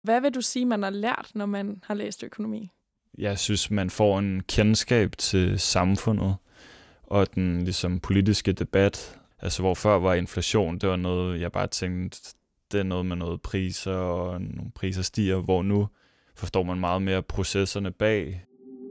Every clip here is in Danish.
Hvad vil du sige, man har lært, når man har læst økonomi? Jeg synes, man får en kendskab til samfundet og den ligesom politiske debat. Altså hvor før var inflation, det var noget, jeg bare tænkte, det er noget med noget priser, og nogle priser stiger, hvor nu forstår man meget mere processerne bag.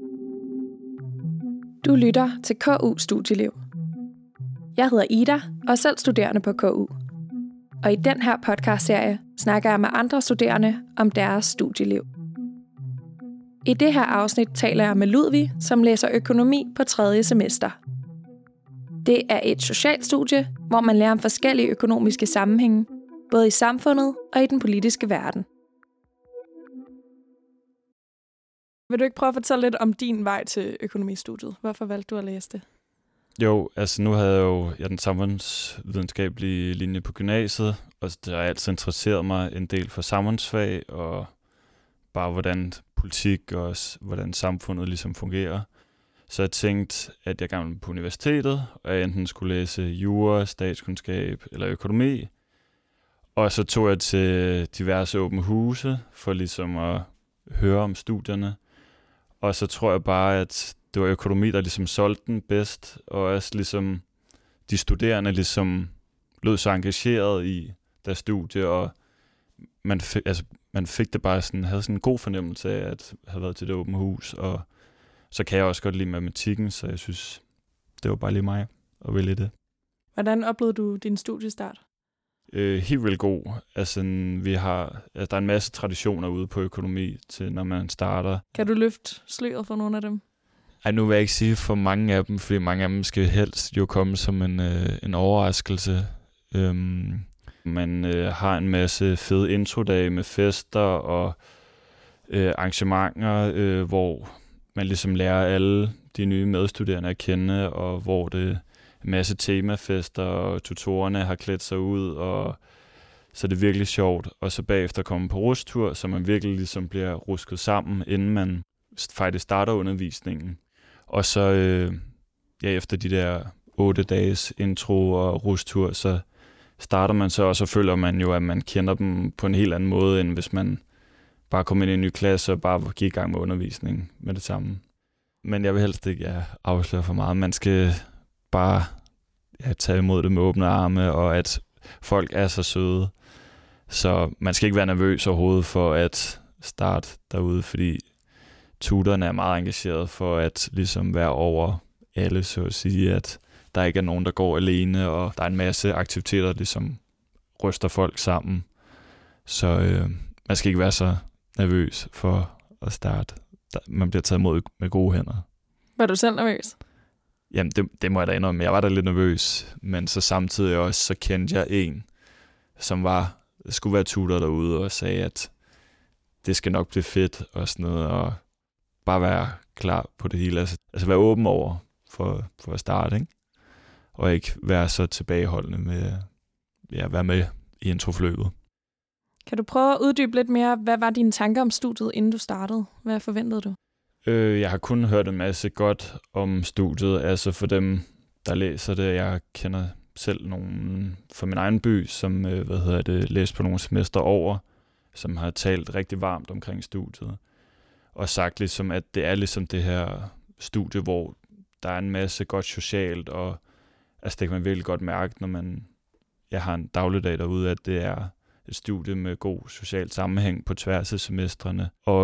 Du lytter til KU Studieliv. Jeg hedder Ida, og er selv studerende på KU. Og i den her podcastserie snakker jeg med andre studerende om deres studieliv. I det her afsnit taler jeg med Ludvig, som læser økonomi på 3. semester. Det er et socialt studie, hvor man lærer om forskellige økonomiske sammenhænge, både i samfundet og i den politiske verden. Vil du ikke prøve at fortælle lidt om din vej til økonomistudiet? Hvorfor valgte du at læse det? Jo, altså nu havde jeg den samfundsvidenskabelige linje på gymnasiet, og det har altid interesseret mig en del for samfundsfag, og bare hvordan politik og hvordan samfundet ligesom fungerer. Så jeg tænkte, at jeg gerne ville på universitetet, og jeg enten skulle læse jura, statskundskab eller økonomi. Og så tog jeg til diverse åbne huse for ligesom at høre om studierne. Og så tror jeg bare, at det var økonomi, der ligesom solgte den bedst, og også ligesom de studerende ligesom lød så engageret i deres studie, og man fik det bare sådan, havde sådan en god fornemmelse af at have været til det åbne hus, og så kan jeg også godt lide matematikken, så jeg synes, det var bare lige mig at vælge det. Hvordan oplevede du din studiestart? Helt vildt god. Altså, der er en masse traditioner ude på økonomi til, når man starter. Kan du løfte sløret for nogle af dem? Ej, nu vil jeg ikke sige for mange af dem, fordi mange af dem skal helst jo komme som en overraskelse. Man har en masse fede introdage med fester og arrangementer, hvor man ligesom lærer alle de nye medstuderende at kende, og hvor det er en masse temafester, og tutorerne har klædt sig ud, og så det er virkelig sjovt. Og så bagefter komme på rustur, så man virkelig ligesom bliver rusket sammen, inden man faktisk starter undervisningen. Og så efter de der 8 dages intro og rustur, så starter man så, og så føler man jo, at man kender dem på en helt anden måde, end hvis man bare kom ind i en ny klasse og bare gik i gang med undervisning med det samme. Men jeg vil helst ikke afsløre for meget. Man skal bare tage imod det med åbne arme, og at folk er så søde. Så man skal ikke være nervøs overhovedet for at starte derude, fordi tutorerne er meget engageret for at ligesom være over alle, så at sige, at der ikke er nogen, der går alene, og der er en masse aktiviteter, der ligesom ryster folk sammen. Så man skal ikke være så nervøs for at starte. Man bliver taget imod med gode hænder. Var du selv nervøs? Jamen, det må jeg da indrømme. Jeg var da lidt nervøs, men så samtidig også, så kendte jeg en, som skulle være tutor derude, og sagde, at det skal nok blive fedt, og sådan noget, og bare være klar på det hele. Altså være åben over for at starte, ikke? Og ikke være så tilbageholdende med at være med i introfløbet. Kan du prøve at uddybe lidt mere, hvad var dine tanker om studiet, inden du startede? Hvad forventede du? Jeg har kun hørt en masse godt om studiet, altså for dem, der læser det. Jeg kender selv nogen fra min egen by, som læste på nogle semester over, som har talt rigtig varmt omkring studiet. Og sagt ligesom, at det er ligesom det her studie, hvor der er en masse godt socialt, og altså det kan man virkelig godt mærke, når jeg har en dagligdag derude, at det er et studie med god social sammenhæng på tværs af semestrene. Og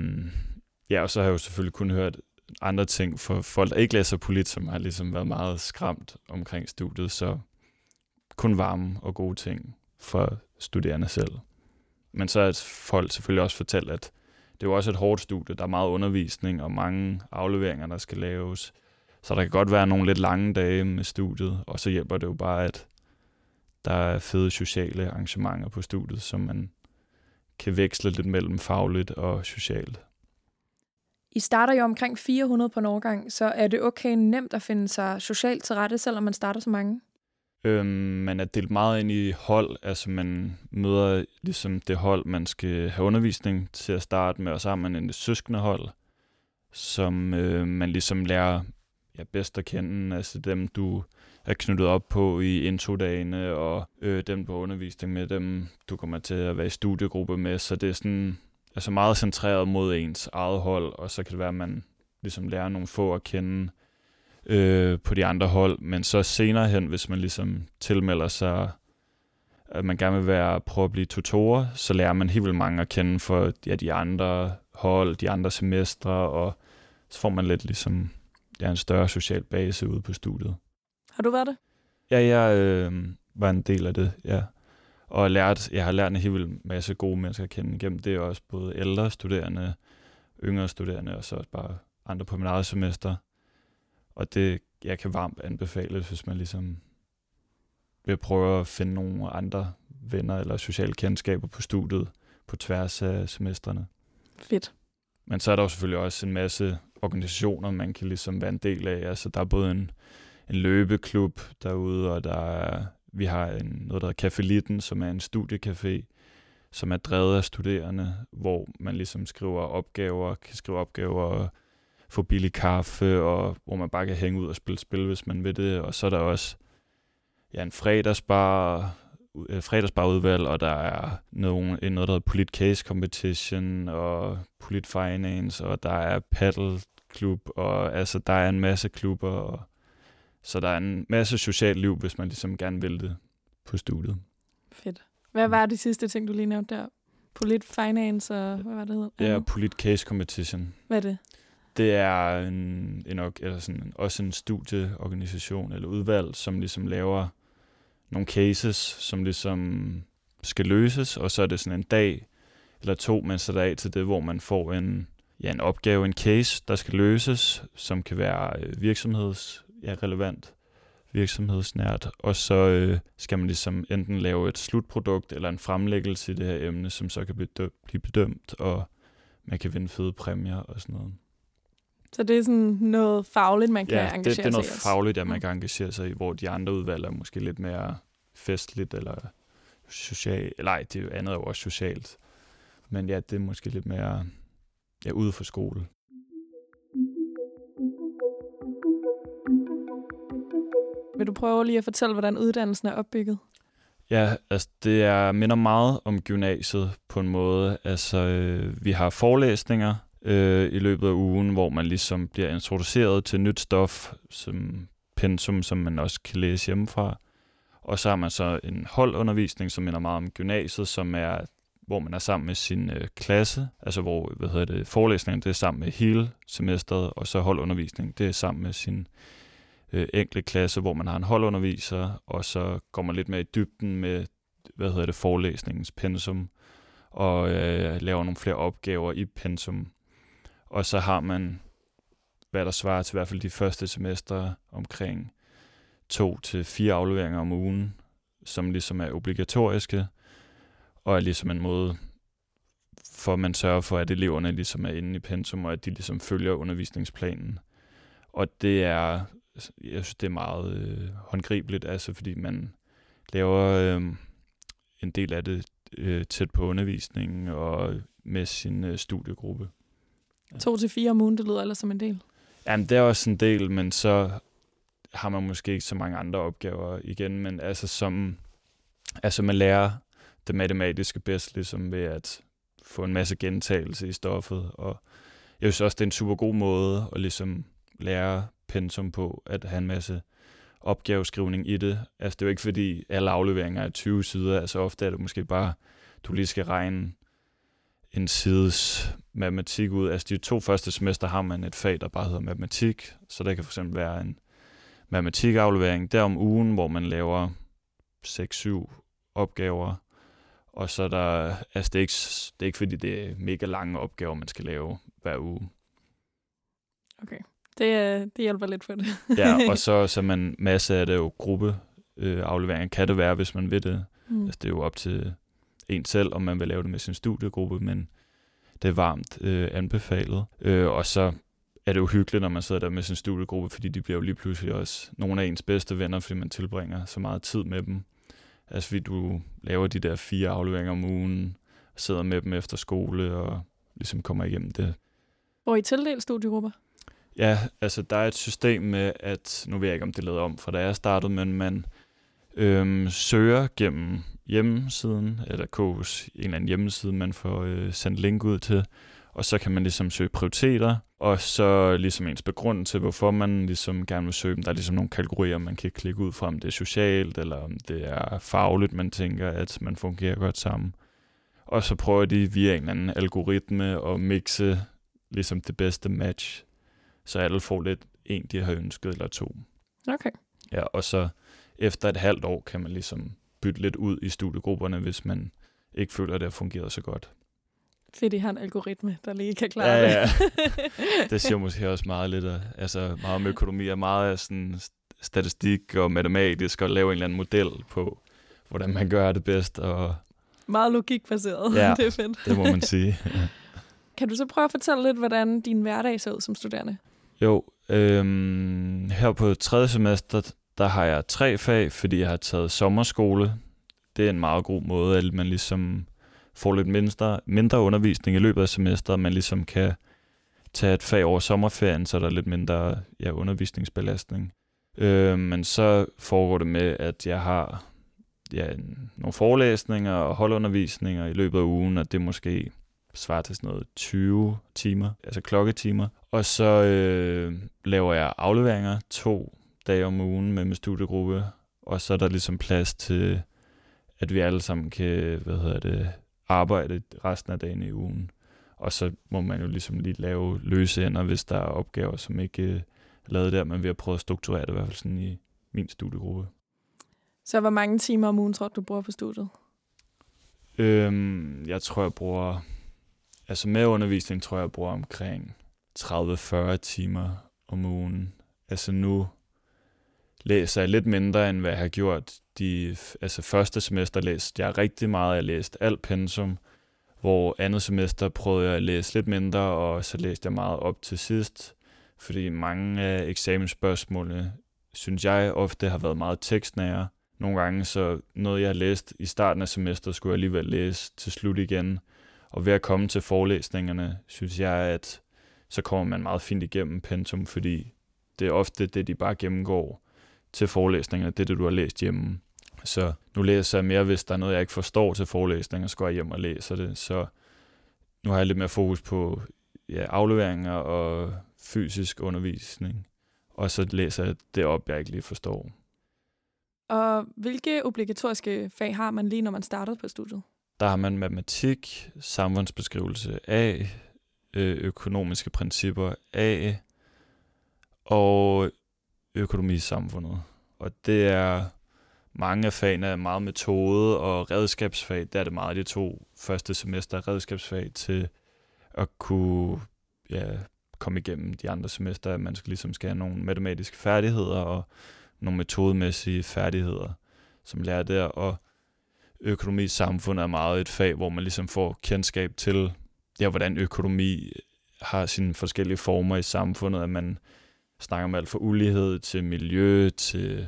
og så har jeg jo selvfølgelig kun hørt andre ting for folk, der ikke læser polit, som har ligesom været meget skræmt omkring studiet, så kun varme og gode ting for studerende selv. Men så har folk selvfølgelig også fortalt, at det er jo også et hårdt studie. Der er meget undervisning og mange afleveringer, der skal laves. Så der kan godt være nogle lidt lange dage med studiet, og så hjælper det jo bare, at der er fede sociale arrangementer på studiet, så man kan veksle lidt mellem fagligt og socialt. I starter jo omkring 400 på en årgang, så er det okay nemt at finde sig socialt til rette, selvom man starter så mange? Man er delt meget ind i hold, altså man møder ligesom det hold, man skal have undervisning til at starte med, og så har man et søskende hold, som man ligesom lærer bedst at kende. Altså dem, du er knyttet op på i introdagene, og dem på undervisning med dem, du kommer til at være i studiegruppe med. Så det er sådan altså meget centreret mod ens eget hold, og så kan det være, at man ligesom lærer nogle få at kende på de andre hold. Men så senere hen, hvis man ligesom tilmelder sig, at man gerne vil prøve at blive tutorer, så lærer man helt vildt mange at kende for de andre hold, de andre semestre, og så får man lidt ligesom en større social base ude på studiet. Har du været det? Ja, jeg var en del af det, ja. Og jeg har lært en helt vildt masse gode mennesker at kende igennem. Det er også både ældre studerende, yngre studerende, og så også bare andre på mit eget semester. Og det, jeg kan varmt anbefale, hvis man ligesom vil prøve at finde nogle andre venner eller sociale kendskaber på studiet på tværs af semestrene. Fedt. Men så er der jo selvfølgelig også en masse organisationer, man kan ligesom være en del af. Altså der er både en løbeklub derude, og vi har noget, der hedder Café Litten, som er en studiecafé, som er drevet af studerende, hvor man ligesom kan skrive opgaver og få billig kaffe, og hvor man bare kan hænge ud og spille spil, hvis man vil det. Og så er der også en fredagsbarudvalg, og der er noget, der hedder Polit Case Competition, og Polit Finance, og der er paddelklub, og altså der er en masse klubber, og så der er en masse socialt liv, hvis man ligesom gerne vil det på studiet. Fedt. Hvad var de sidste ting, du lige nævnte der? Polit Finance, og hvad var det hedder? Ja, Polit Case Competition. Hvad er det? Det er også en studieorganisation eller udvalg, som ligesom laver nogle cases, som ligesom skal løses, og så er det sådan en dag eller to, man sætter af til det, hvor man får en opgave, en case, der skal løses, som kan være relevant, virksomhedsnært, og så skal man ligesom enten lave et slutprodukt eller en fremlæggelse i det her emne, som så kan blive bedømt, og man kan vinde fede præmier og sådan noget. Så det er sådan noget fagligt, man kan engagere sig i? Ja, det er noget fagligt, at man kan engagere sig i, hvor de andre udvalg er måske lidt mere festligt eller socialt. Nej, det andet er jo også socialt. Men ja, det er måske lidt mere ude for skole. Vil du prøve lige at fortælle, hvordan uddannelsen er opbygget? Ja, altså det minder meget om gymnasiet på en måde. Altså vi har forelæsninger i løbet af ugen, hvor man ligesom bliver introduceret til nyt stof, som pensum, som man også kan læse hjemmefra. Og så har man så en holdundervisning, som minder meget om gymnasiet, som er, hvor man er sammen med sin klasse, altså hvor, forelæsningen, det er sammen med hele semesteret, og så holdundervisning, det er sammen med sin enkelte klasse, hvor man har en holdunderviser, og så går man lidt mere i dybden med, forelæsningens pensum, og laver nogle flere opgaver i pensum. Og så har man, hvad der svarer til i hvert fald de første semestre, omkring 2 til 4 afleveringer om ugen, som ligesom er obligatoriske, og er ligesom en måde, for man sørger for, at eleverne ligesom er inde i pensum, og at de ligesom følger undervisningsplanen. Og det er, jeg synes, det er meget håndgribeligt, altså fordi man laver en del af det tæt på undervisningen og med sin studiegruppe. 2 til 4 om ugen, det lyder ellers som en del. Jamen, det er også en del, men så har man måske ikke så mange andre opgaver igen, men man lærer det matematiske bedst ligesom ved at få en masse gentagelse i stoffet, og jeg synes også, det er en super god måde at ligesom lære pensum på, at have en masse opgaveskrivning i det. Altså det er jo ikke fordi alle afleveringer er 20 sider, altså ofte er det måske bare, du lige skal regne en sides matematik ud. Altså de 2 første semester har man et fag, der bare hedder matematik, så der kan for eksempel være en matematikaflevering der om ugen, hvor man laver 6-7 opgaver, og så det er ikke fordi det er mega lange opgaver, man skal lave hver uge. Okay, det hjælper lidt for det. Ja, og så man masse af det jo gruppeafleveringer, kan det være, hvis man vil det. Altså det er jo op til en selv, om man vil lave det med sin studiegruppe, men det er varmt anbefalet. Og så er det jo hyggeligt, når man sidder der med sin studiegruppe, fordi de bliver jo lige pludselig også nogle af ens bedste venner, fordi man tilbringer så meget tid med dem. Altså fordi du laver de der 4 afleveringer om ugen, sidder med dem efter skole og ligesom kommer igennem det. Hvor I tildelt studiegrupper? Ja, altså der er et system med, at nu ved jeg ikke, om det lavede om fra da jeg startede, men man søger gennem hjemmesiden, eller KU's en eller anden hjemmeside, man får sendt link ud til, og så kan man ligesom søge prioriteter, og så ligesom ens begrundelse til, hvorfor man ligesom gerne vil søge dem. Der er ligesom nogle kategorier, man kan klikke ud fra, om det er socialt, eller om det er fagligt, man tænker, at man fungerer godt sammen. Og så prøver de via en eller anden algoritme at mixe ligesom det bedste match, så alle får lidt en, de har ønsket, eller to. Okay. Ja, og så efter et halvt år kan man ligesom bytte lidt ud i studiegrupperne, hvis man ikke føler, at det har fungeret så godt. Fedt, I har en algoritme, der lige kan klare det. Ja. Det siger måske også meget lidt meget om økonomi, og meget af sådan statistik og matematisk, og lave en eller anden model på, hvordan man gør det bedst. Og meget logikbaseret. Ja, det er fedt. Det må man sige. Kan du så prøve at fortælle lidt, hvordan din hverdag ser ud som studerende? Jo, her på 3. semester, der har jeg 3 fag, fordi jeg har taget sommerskole. Det er en meget god måde, at man ligesom får lidt mindre undervisning i løbet af semesteret, man ligesom kan tage et fag over sommerferien, så der er lidt mindre undervisningsbelastning. Men så foregår det med, at jeg har nogle forelæsninger og holdundervisninger i løbet af ugen, og det måske svarer til sådan noget 20 timer, altså klokketimer. Og så laver jeg afleveringer 2 dage om ugen med min studiegruppe, og så er der ligesom plads til, at vi alle sammen kan, arbejde resten af dagen i ugen. Og så må man jo ligesom lige lave løse ender, hvis der er opgaver, som ikke er lavet der, men vi har prøvet at strukturere det i hvert fald sådan i min studiegruppe. Så hvor mange timer om ugen tror du bruger på studiet? Jeg tror, jeg bruger, altså med undervisning, tror jeg bruger omkring 30-40 timer om ugen. Altså nu læser jeg lidt mindre, end hvad jeg har gjort. Første semester læste jeg rigtig meget. Jeg læste alt pensum, hvor andet semester prøvede jeg at læse lidt mindre, og så læste jeg meget op til sidst. Fordi mange af eksamensspørgsmålene, synes jeg, ofte har været meget tekstnære. Nogle gange så noget, jeg har læst i starten af semesteret, skulle jeg alligevel læse til slut igen. Og ved at komme til forelæsningerne, synes jeg, at så kommer man meget fint igennem pensum, fordi det er ofte det, de bare gennemgår til forelæsninger. Det er det, du har læst hjemme. Så nu læser jeg mere, hvis der er noget, jeg ikke forstår til forelæsninger, så går jeg hjem og læser det. Så nu har jeg lidt mere fokus på afleveringer og fysisk undervisning. Og så læser jeg det op, jeg ikke lige forstår. Og hvilke obligatoriske fag har man lige, når man startede på studiet? Der har man matematik, samfundsbeskrivelse A, økonomiske principper A, og økonomi i samfundet. Og det er mange af fagene er meget metode og redskabsfag. Der er det meget de 2 første semester redskabsfag til at kunne komme igennem de andre semester. Man skal have nogle matematiske færdigheder og nogle metodemæssige færdigheder, som lærer der. Og økonomi i samfundet er meget et fag, hvor man ligesom får kendskab til, hvordan økonomi har sine forskellige former i samfundet, at man snakker om alt fra ulighed til miljø, til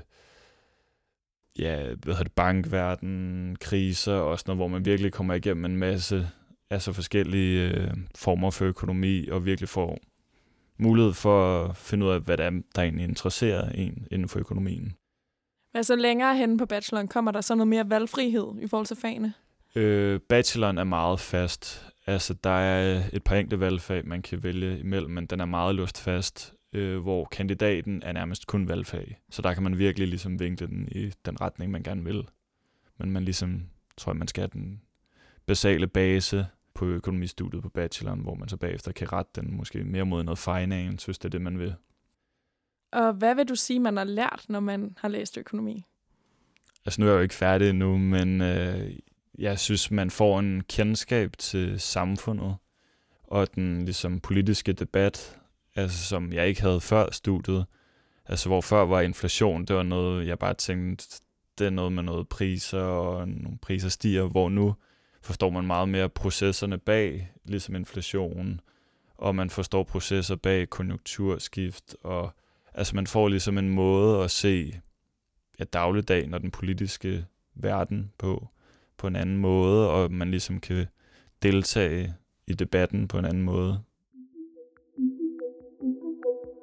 bankverden, kriser og sådan noget, hvor man virkelig kommer igennem en masse forskellige former for økonomi, og virkelig får mulighed for at finde ud af, hvad der egentlig interesserer en inden for økonomien. Men så længere hen på bacheloren, kommer der så noget mere valgfrihed i forhold til fagene? Bacheloren er meget fast. Altså, der er et par enkelte valgfag, man kan vælge imellem, men den er meget låst fast, hvor kandidaten er nærmest kun valgfag. Så der kan man virkelig ligesom vinkle den i den retning, man gerne vil. Men man ligesom, tror jeg, man skal have den basale base på økonomistudiet på bacheloren, hvor man så bagefter kan rette den måske mere mod noget finance, hvis det er det, man vil. Og hvad vil du sige, man har lært, når man har læst økonomi? Altså, nu er jeg jo ikke færdig endnu, men jeg synes, man får en kendskab til samfundet og den ligesom politiske debat, altså som jeg ikke havde før studiet. Altså, hvor før var inflation, det var noget, jeg bare tænkte, det er noget med noget priser, og nogle priser stiger, hvor nu forstår man meget mere processerne bag, ligesom inflation, og man forstår processer bag konjunkturskift, og altså man får ligesom en måde at se dagligdagen og den politiske verden på en anden måde, og man ligesom kan deltage i debatten på en anden måde.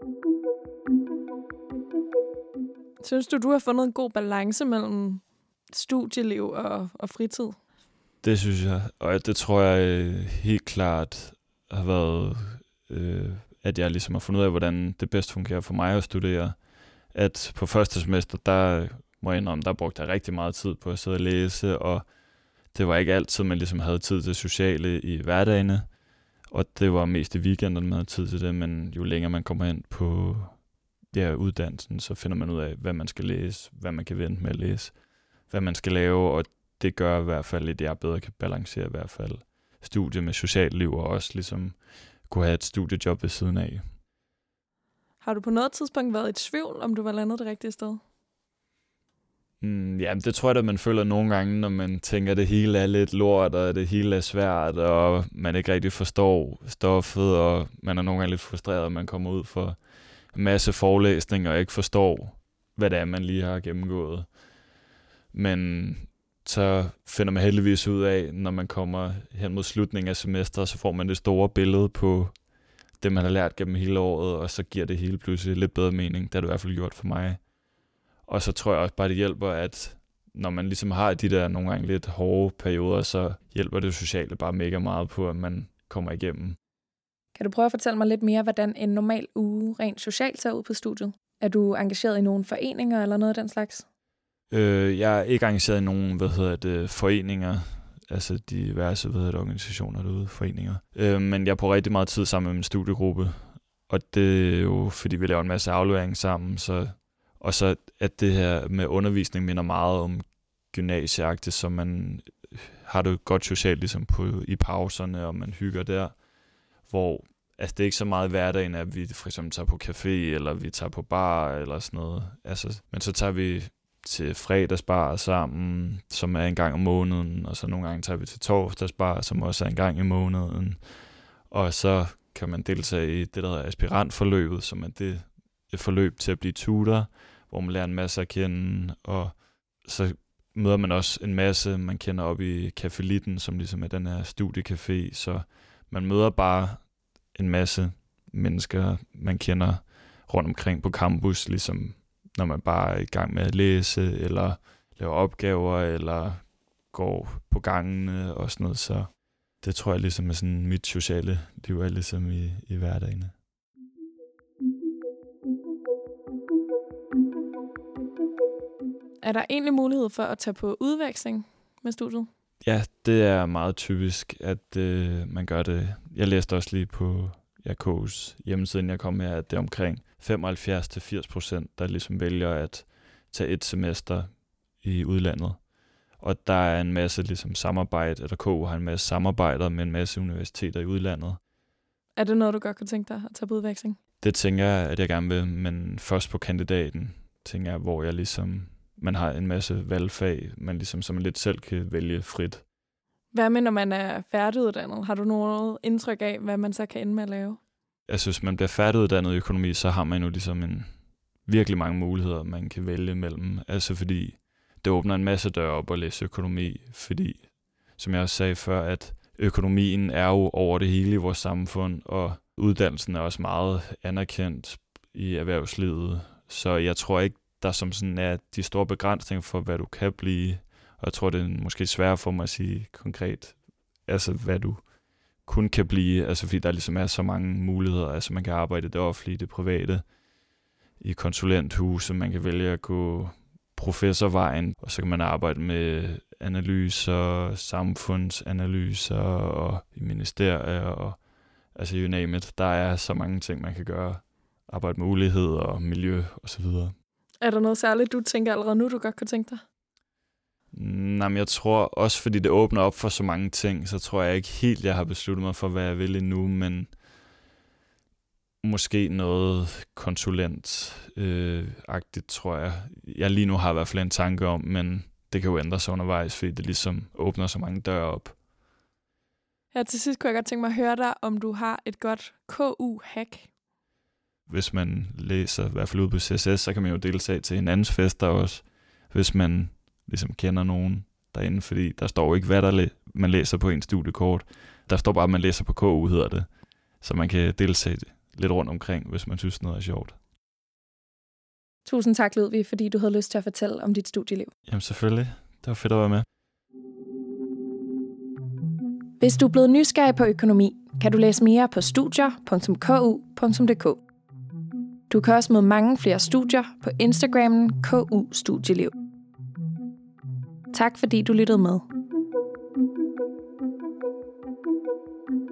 Synes du har fundet en god balance mellem studieliv og fritid? Det synes jeg, og det tror jeg helt klart har været, at jeg ligesom har fundet ud af, hvordan det bedst fungerer for mig at studere. At på første semester, der må jeg indrømme, der brugte jeg rigtig meget tid på at sidde og læse, og det var ikke altid, man ligesom havde tid til sociale i hverdagene, og det var mest i weekenden, man havde tid til det, men jo længere man kommer ind på uddannelsen, så finder man ud af, hvad man skal læse, hvad man kan vente med at læse, hvad man skal lave, og det gør i hvert fald, at jeg bedre kan balancere i hvert fald studie med socialt liv, og også ligesom kunne have et studiejob ved siden af. Har du på noget tidspunkt været i tvivl, om du var landet det rigtige sted? Ja, det tror jeg da, man føler nogle gange, når man tænker, at det hele er lidt lort, og det hele er svært, og man ikke rigtig forstår stoffet, og man er nogle gange lidt frustreret, og man kommer ud for en masse forelæsninger og ikke forstår, hvad det er, man lige har gennemgået. Men så finder man heldigvis ud af, når man kommer hen mod slutningen af semesteret, så får man det store billede på det, man har lært gennem hele året, og så giver det hele pludselig lidt bedre mening. Det har det i hvert fald gjort for mig. Og så tror jeg også bare, det hjælper, at når man ligesom har de der nogle gange lidt hårde perioder, så hjælper det sociale bare mega meget på, at man kommer igennem. Kan du prøve at fortælle mig lidt mere, hvordan en normal uge rent socialt ser ud på studiet? Er du engageret i nogle foreninger eller noget af den slags? Jeg er ikke engageret i nogen, foreninger, altså diverse, organisationer derude, foreninger. Men jeg bruger rigtig meget tid sammen med min studiegruppe, og det er jo, fordi vi laver en masse aflevering sammen, og så at det her med undervisning minder meget om gymnasieagtigt, så man har det godt socialt ligesom i pauserne, og man hygger der, hvor altså det er ikke så meget i hverdagen, at vi for eksempel tager på café, eller vi tager på bar, eller sådan noget. Altså, men så tager vi til fredagsbar sammen, som er en gang om måneden, og så nogle gange tager vi til torsdagsbar, som også er en gang i måneden. Og så kan man deltage i det, der hedder aspirantforløbet, som er det et forløb til at blive tutor, hvor man lærer en masse at kende, og så møder man også en masse, man kender op i Café Litten, som ligesom er den her studiecafé, så man møder bare en masse mennesker, man kender rundt omkring på campus, ligesom når man bare er i gang med at læse, eller laver opgaver, eller går på gangene og sådan noget, så det tror jeg ligesom er sådan mit sociale liv er ligesom i hverdagen. Er der egentlig mulighed for at tage på udveksling med studiet? Ja, det er meget typisk, at man gør det. Jeg læste også lige på KU's hjemmeside, inden jeg kom her, at det er omkring 75-80%, der ligesom vælger at tage et semester i udlandet. Og der er en masse ligesom samarbejde, eller KU har en masse samarbejder med en masse universiteter i udlandet. Er det noget, du godt kunne tænke dig at tage på udveksling? Det tænker jeg, at jeg gerne vil, men først på kandidaten, tænker jeg, hvor jeg ligesom, man har en masse valgfag, man ligesom som man lidt selv kan vælge frit. Hvad med, når man er færdiguddannet? Har du noget indtryk af, hvad man så kan ende med at lave? Jeg synes, man bliver færdiguddannet i økonomi, så har man jo ligesom virkelig mange muligheder, man kan vælge mellem. Altså fordi det åbner en masse døre op at læse økonomi, fordi, som jeg også sagde før, at økonomien er jo over det hele i vores samfund, og uddannelsen er også meget anerkendt i erhvervslivet. Så jeg tror ikke, der som sådan er de store begrænsninger for, hvad du kan blive. Og jeg tror, det er måske svært for mig at sige konkret, altså hvad du kun kan blive, altså fordi der ligesom er så mange muligheder. Altså man kan arbejde i det offentlige, det private, i konsulenthuse, man kan vælge at gå professorvejen, og så kan man arbejde med analyser, samfundsanalyser og i ministerier, og altså you name it. Der er så mange ting, man kan gøre. Arbejde med ulighed og miljø osv. Er der noget særligt, du tænker allerede nu, du godt kunne tænke dig? Nej, men jeg tror også, fordi det åbner op for så mange ting, så tror jeg ikke helt, jeg har besluttet mig for, hvad jeg vil endnu, men måske noget konsulent-agtigt, tror jeg. Jeg lige nu har i hvert fald en tanke om, men det kan jo ændre sig undervejs, fordi det ligesom åbner så mange døre op. Her til sidst kunne jeg godt tænke mig at høre dig, om du har et godt KU-hack. Hvis man læser, i hvert fald ude på CSS, så kan man jo deltage til hinandens fester også, hvis man ligesom kender nogen derinde, fordi der står jo ikke, hvad man læser på en studiekort. Der står bare, at man læser på KU, hedder det. Så man kan deltage lidt rundt omkring, hvis man synes noget er sjovt. Tusind tak, Ludvig, fordi du havde lyst til at fortælle om dit studieliv. Jamen selvfølgelig. Det var fedt at være med. Hvis du er blevet nysgerrig på økonomi, kan du læse mere på studier.ku.dk. Du kan også møde mange flere studier på Instagrammen KU Studieliv. Tak fordi du lyttede med.